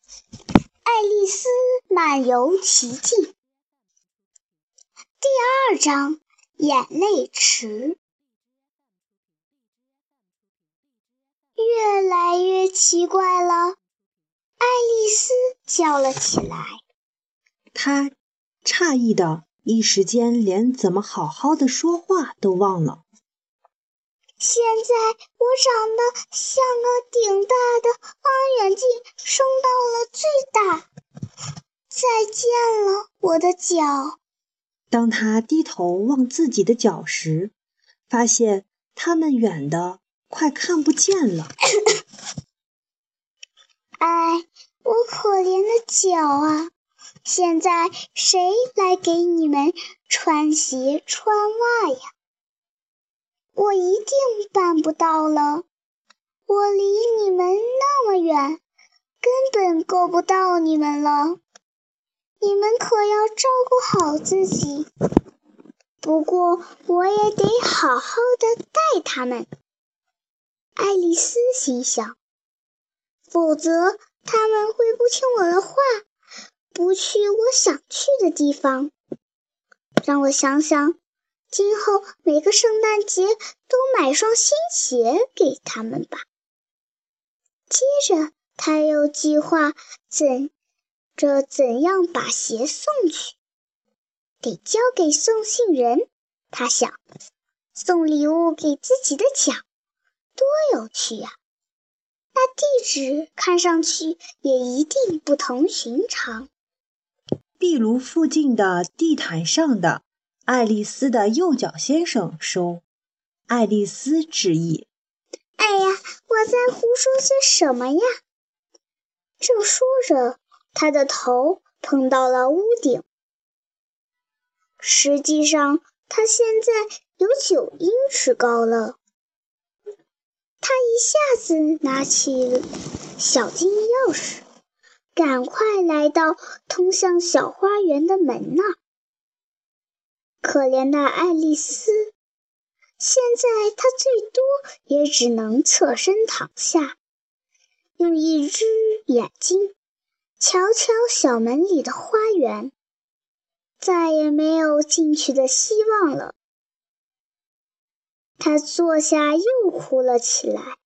爱丽丝漫游奇境第2章眼泪池。越来越奇怪了，爱丽丝叫了起来。 她诧异的一时间连怎么好好的说话都忘了。 现在我长得像个顶大的望远镜，升到了最大。再见了，我的脚。 当他低头望自己的脚时，发现它们远的快看不见了。 哎，我可怜的脚啊！现在谁来给你们穿鞋穿袜呀？我一定办不到了，我离你们那么远，根本够不到你们了。你们可要照顾好自己，不过我也得好好的带他们。爱丽丝心想，否则他们会不听我的话，不去我想去的地方。让我想想，今后每个圣诞节都买双新鞋给他们吧。接着他又计划怎样把鞋送去，得交给送信人。他想，送礼物给自己的脚，多有趣呀！那地址看上去也一定不同寻常。 壁炉附近的地毯上的爱丽丝的右脚先生说。爱丽丝致意。 哎呀，我在胡说些什么呀？正说着，他的头碰到了屋顶。实际上，他现在有9英尺高了。他一下子拿起小金钥匙，赶快来到通向小花园的门那儿。可怜的爱丽丝，现在她最多也只能侧身躺下，用一只眼睛瞧瞧小门里的花园，再也没有进去的希望了。她坐下又哭了起来。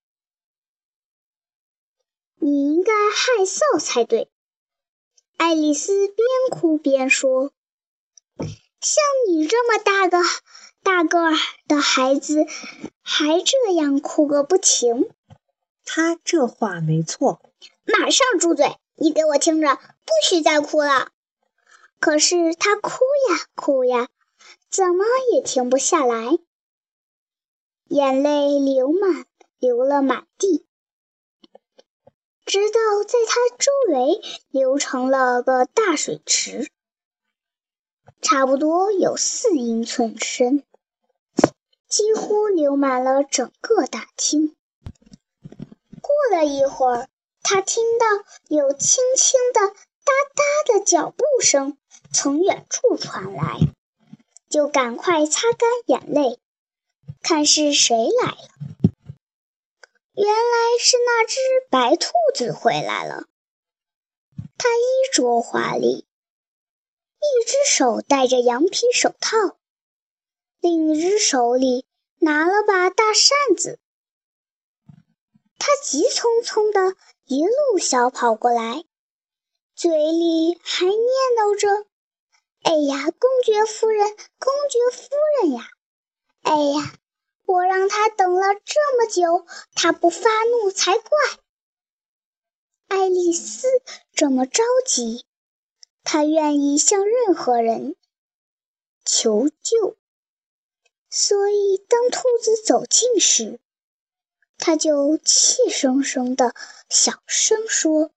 你应该害臊才对，爱丽丝边哭边说，像你这么大个儿的孩子还这样哭个不停。 他这话没错。 马上住嘴，你给我听着，不许再哭了。可是他哭呀哭呀，怎么也停不下来，眼泪流了满地，直到在他周围流成了个大水池，差不多有4英寸深，几乎流满了整个大厅。过了一会儿，他听到有轻轻的哒哒的脚步声从远处传来，就赶快擦干眼泪，看是谁来了。原来是那只白兔子回来了。它衣着华丽，一只手戴着羊皮手套，另一只手里拿了把大扇子。他急匆匆地一路小跑过来，嘴里还念叨着：“哎呀，公爵夫人，公爵夫人呀！哎呀，我让他等了这么久，他不发怒才怪。”爱丽丝这么着急，她愿意向任何人求救，所以当兔子走近时，他就怯生生地小声说：“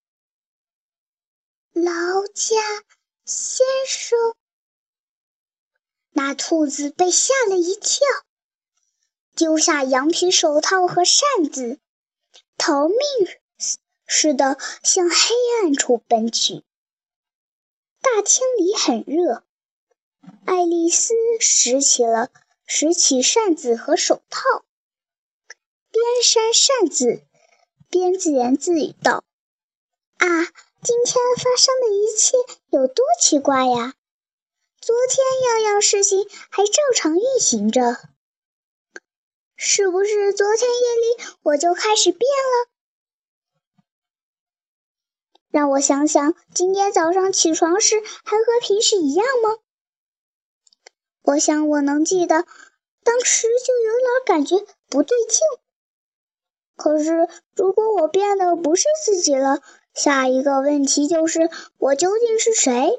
劳驾先生。”那兔子被吓了一跳，丢下羊皮手套和扇子，逃命似的向黑暗处奔去。大厅里很热，爱丽丝拾起扇子和手套，边扇扇子边自言自语道：“啊， 今天发生的一切有多奇怪呀！昨天样样事情还照常运行着，是不是昨天夜里我就开始变了？让我想想，今天早上起床时还和平时一样吗？我想我能记得，当时就有点感觉不对劲。可是如果我变得不是自己了，下一个问题就是我究竟是谁？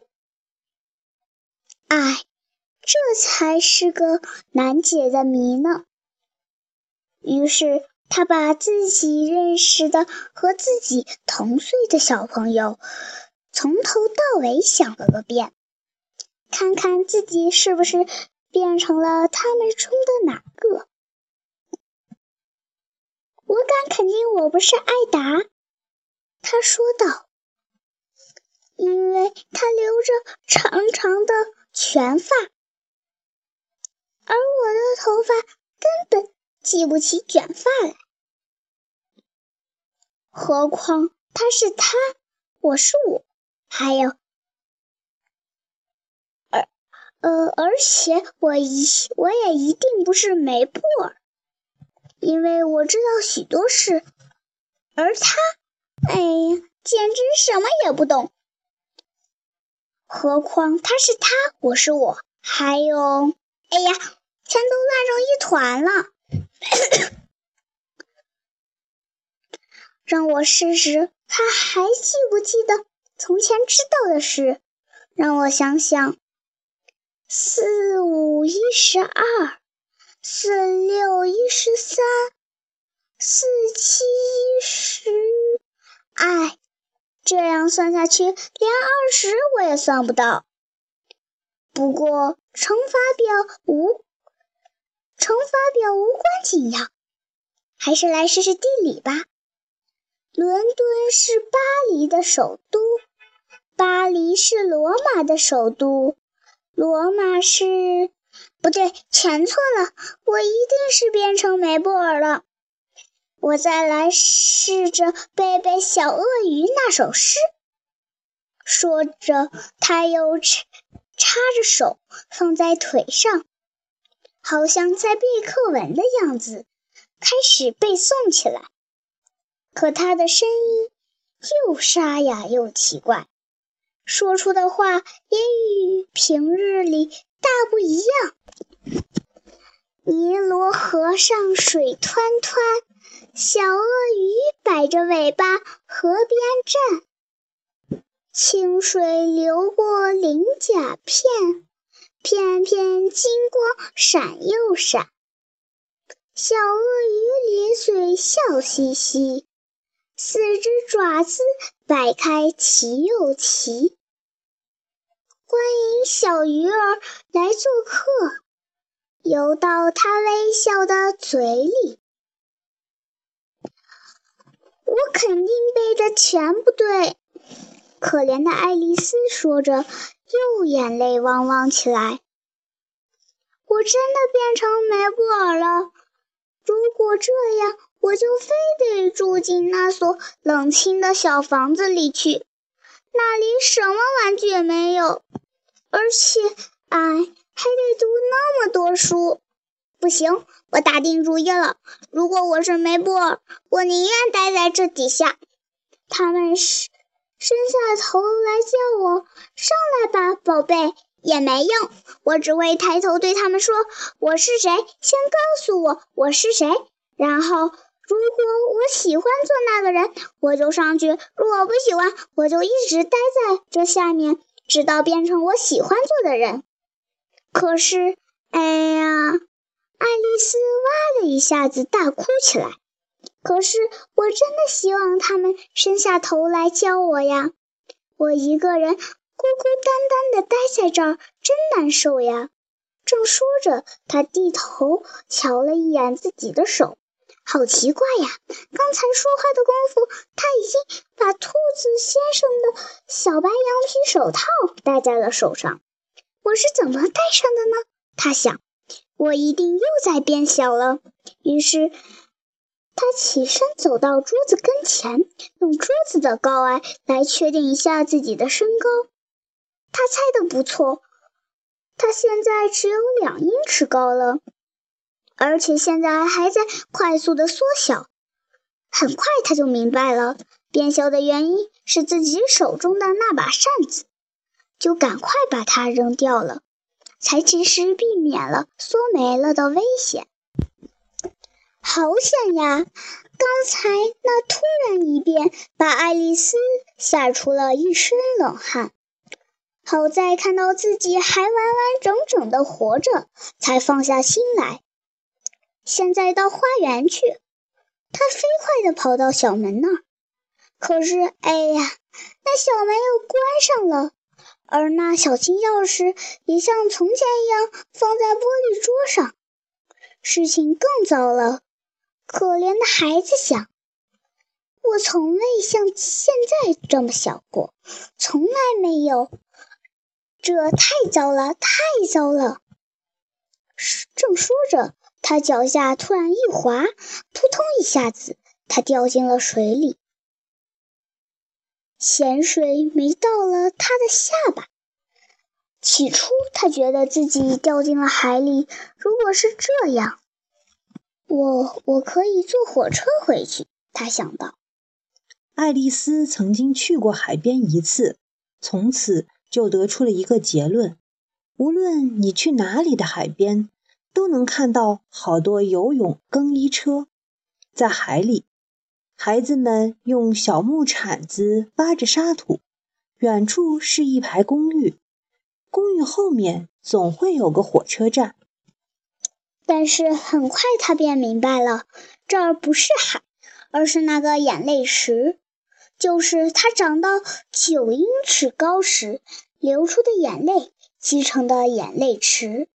哎，这才是个难解的谜呢。于是他把自己认识的和自己同岁的小朋友从头到尾想了个遍，看看自己是不是变成了他们中的哪个。我敢肯定我不是艾达，他说道，因为他留着长长的全发，而我的头发根本系不起卷发来。何况他是他，我是我，还有，而且我也一定不是梅布尔，因为我知道许多事，而他，哎呀，简直什么也不懂。何况他是他，我是我，还有，哎呀，全都乱成一团了。让我试试，他还记不记得从前知道的事？让我想想，4、5、12，4、6、13，4、7、10。哎，这样算下去，连20我也算不到。不过乘法表无关紧要，还是来试试地理吧。伦敦是巴黎的首都，巴黎是罗马的首都，罗马是……不对，全错了，我一定是变成梅布尔了。我再来试着背背小鳄鱼那首诗。说着，他又插着手放在腿上，好像在背课文的样子，开始背诵起来。可他的声音又沙哑又奇怪，说出的话也与平日里大不一样。尼罗河上水湍湍，小鳄鱼摆着尾巴河边站。清水流过鳞甲片，片片金光闪又闪。小鳄鱼咧嘴笑嘻嘻，4只爪子摆开齐又齐。欢迎小鱼儿来做客，游到它微笑的嘴里。我肯定背的全不对，可怜的爱丽丝说着，又眼泪汪汪起来。我真的变成梅布尔了，如果这样，我就非得住进那所冷清的小房子里去，那里什么玩具也没有，而且，还得读那么多书。不行，我打定主意了，如果我是梅布尔，我宁愿待在这底下。他们伸下头来叫我，上来吧，宝贝，也没用，我只会抬头对他们说，我是谁，先告诉我我是谁，然后如果我喜欢做那个人，我就上去，如果不喜欢，我就一直待在这下面，直到变成我喜欢做的人。可是，哎呀，爱丽丝哇的一下子大哭起来。可是我真的希望他们伸下头来教我呀，我一个人孤孤单单地待在这儿，真难受呀。正说着，他低头瞧了一眼自己的手，好奇怪呀，刚才说话的功夫，他已经把兔子先生的小白羊皮手套戴在了手上。我是怎么戴上的呢？他想，我一定又在变小了。于是他起身走到桌子跟前，用桌子的高矮来确定一下自己的身高。他猜得不错，他现在只有2英尺高了，而且现在还在快速地缩小。很快他就明白了，变小的原因是自己手中的那把扇子，就赶快把它扔掉了，才及时避免了缩没了的危险。好险呀！刚才那突然一变，把爱丽丝吓出了一身冷汗。好在看到自己还完完整整的活着，才放下心来。现在到花园去，他飞快地跑到小门那儿。可是，哎呀，那小门又关上了，而那小金钥匙也像从前一样放在玻璃桌上。事情更糟了。可怜的孩子想，我从未像现在这么小过，从来没有。这太糟了，太糟了！正说着，他脚下突然一滑，扑通一下子，他掉进了水里。咸水没到了他的下巴。起初他觉得自己掉进了海里，如果是这样，我可以坐火车回去，他想到。 爱丽丝曾经去过海边1次，从此就得出了一个结论：无论你去哪里的海边，都能看到好多游泳更衣车。在海里，孩子们用小木铲子扒着沙土，远处是一排公寓，公寓后面总会有个火车站。 但是很快他便明白了，这儿不是海，而是那个眼泪池，就是他长到9英尺高时流出的眼泪积成的眼泪池。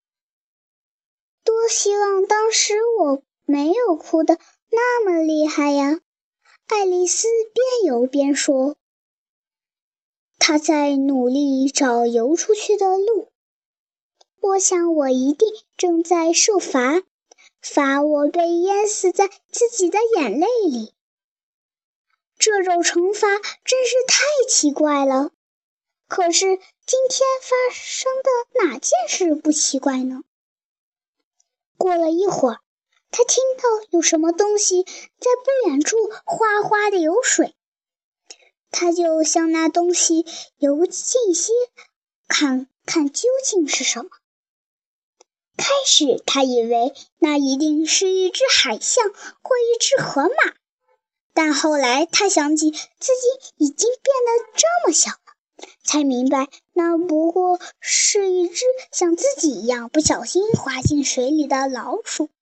多希望当时我没有哭得那么厉害呀！爱丽丝边游边说。她在努力找游出去的路。我想我一定正在受罚，罚我被淹死在自己的眼泪里。这种惩罚真是太奇怪了。可是今天发生的哪件事不奇怪呢？过了一会儿，他听到有什么东西在不远处哗哗地游水。他就向那东西游近些，看看究竟是什么。开始他以为那一定是一只海象或一只河马，但后来他想起自己已经变得这么小了，才明白那不过是一只像自己一样不小心滑进水里的老鼠。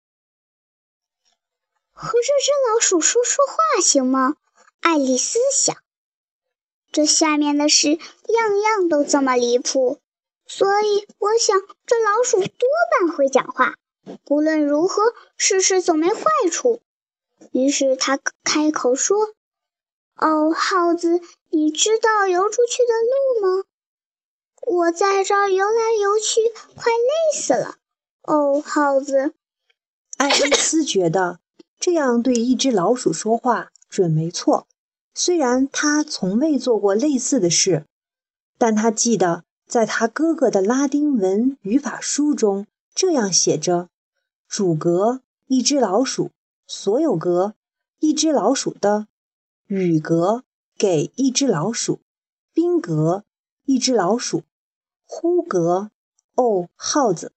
和这只老鼠说说话行吗？爱丽丝想。这下面的事样样都这么离谱，所以我想这老鼠多半会讲话。无论如何，事事总没坏处。于是他开口说：“哦，耗子，你知道游出去的路吗？我在这儿游来游去，快累死了。哦，耗子。” 爱丽丝觉得这样对一只老鼠说话准没错。虽然他从未做过类似的事，但他记得在他哥哥的拉丁文语法书中这样写着：主格一只老鼠，所有格一只老鼠的，语格给一只老鼠，宾格一只老鼠，呼格耗子。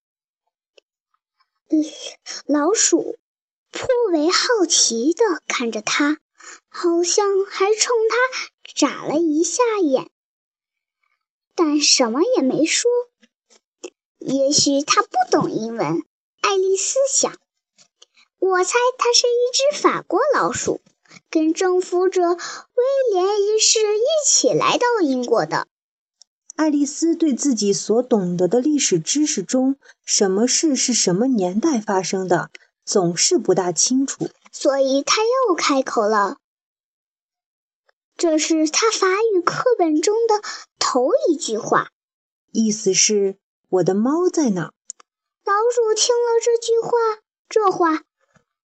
老鼠颇为好奇地看着他，好像还冲他眨了一下眼，但什么也没说。也许他不懂英文，爱丽丝想。我猜他是一只法国老鼠，跟征服者威廉一世一起来到英国的。 爱丽丝对自己所懂得的历史知识中，什么事是什么年代发生的，总是不大清楚， 所以他又开口了。这是他法语课本中的头一句话， 意思是我的猫在哪？ 老鼠听了这话，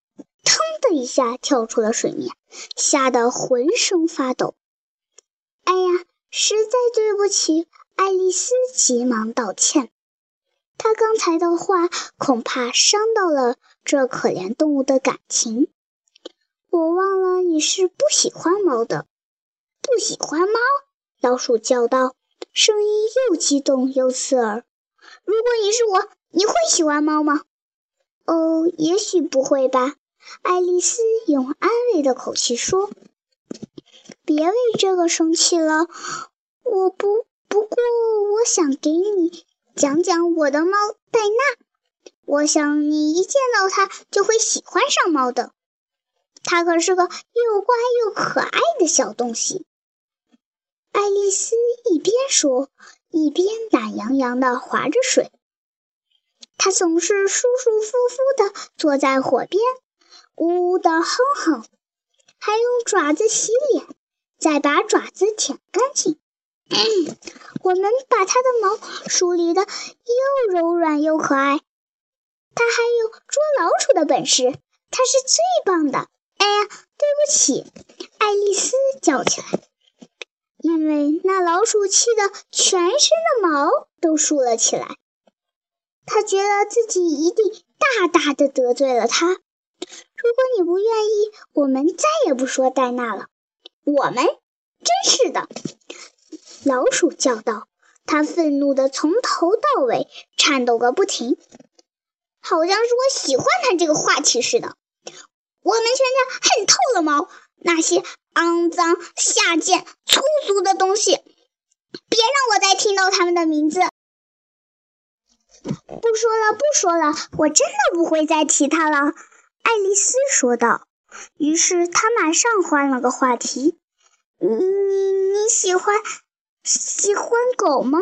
腾的一下跳出了水面，吓得浑身发抖。哎呀，实在对不起，爱丽丝急忙道歉。她刚才的话恐怕伤到了这可怜动物的感情。我忘了你是不喜欢猫的。不喜欢猫？老鼠叫道，声音又激动又刺耳。如果你是我，你会喜欢猫吗？哦，也许不会吧，爱丽丝用安慰的口气说。别为这个生气了，不过我想给你讲讲我的猫戴娜。我想你一见到它就会喜欢上猫的。它可是个又乖又可爱的小东西。爱丽丝一边说，一边懒洋洋地划着水。她总是舒舒服服地坐在火边，呜呜地哼哼，还用爪子洗脸，再把爪子舔干净。我们把它的毛梳理得又柔软又可爱。它还有捉老鼠的本事，它是最棒的。哎呀，对不起，爱丽丝叫起来，因为那老鼠气得全身的毛都竖了起来。她觉得自己一定大大的得罪了它。如果你不愿意，我们再也不说戴娜了。我们？真是的！老鼠叫道，它愤怒地从头到尾颤抖个不停，好像是我喜欢它这个话题似的。我们全家恨透了猫，那些肮脏、下贱、粗俗的东西，别让我再听到它们的名字。不说了，我真的不会再提它了，爱丽丝说道。于是她马上换了个话题。你喜欢狗吗？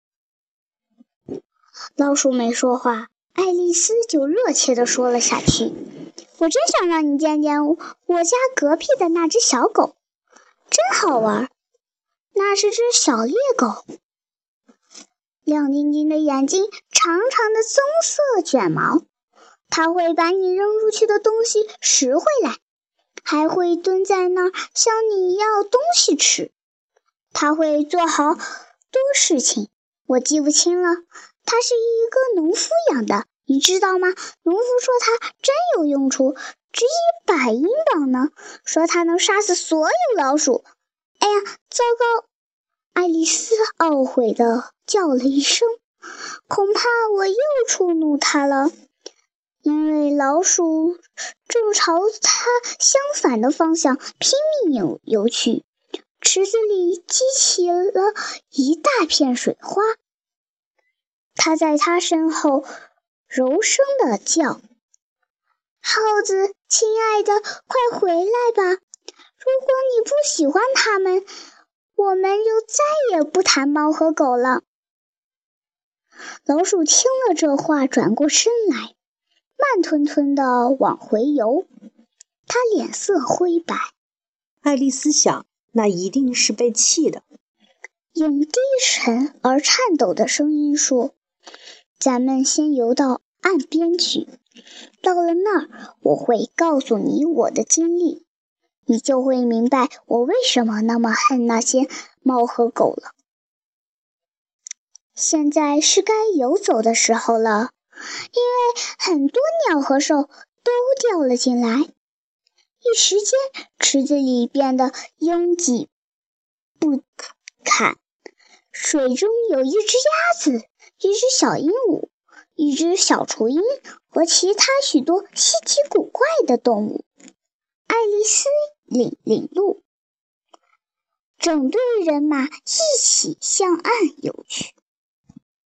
老鼠没说话，爱丽丝就热切地说了下去。我真想让你见见我家隔壁的那只小狗，真好玩。那是只小猎狗，亮晶晶的眼睛，长长的棕色卷毛。它会把你扔出去的东西拾回来，还会蹲在那儿向你要东西吃。它会做好多事情，我记不清了。它是一个农夫养的，你知道吗？农夫说它真有用处，值100英镑呢，说它能杀死所有老鼠。哎呀，糟糕！爱丽丝懊悔地叫了一声，恐怕我又触怒它了，因为老鼠正朝它相反的方向拼命游去，池子里激起了一大片水花。它在它身后柔声地叫：耗子，亲爱的，快回来吧！如果你不喜欢它们，我们就再也不谈猫和狗了。老鼠听了这话，转过身来，慢吞吞地往回游。它脸色灰白。 爱丽丝想，那一定是被气的。 用低沉而颤抖的声音说：咱们先游到岸边去，到了那儿，我会告诉你我的经历，你就会明白我为什么那么恨那些猫和狗了。现在是该游走的时候了，因为很多鸟和兽都掉了进来。一时间，池子里变得拥挤不堪。水中有一只鸭子，一只小鹦鹉，一只小雏鹰和其他许多稀奇古怪的动物。爱丽丝领路，整队人马一起向岸游去。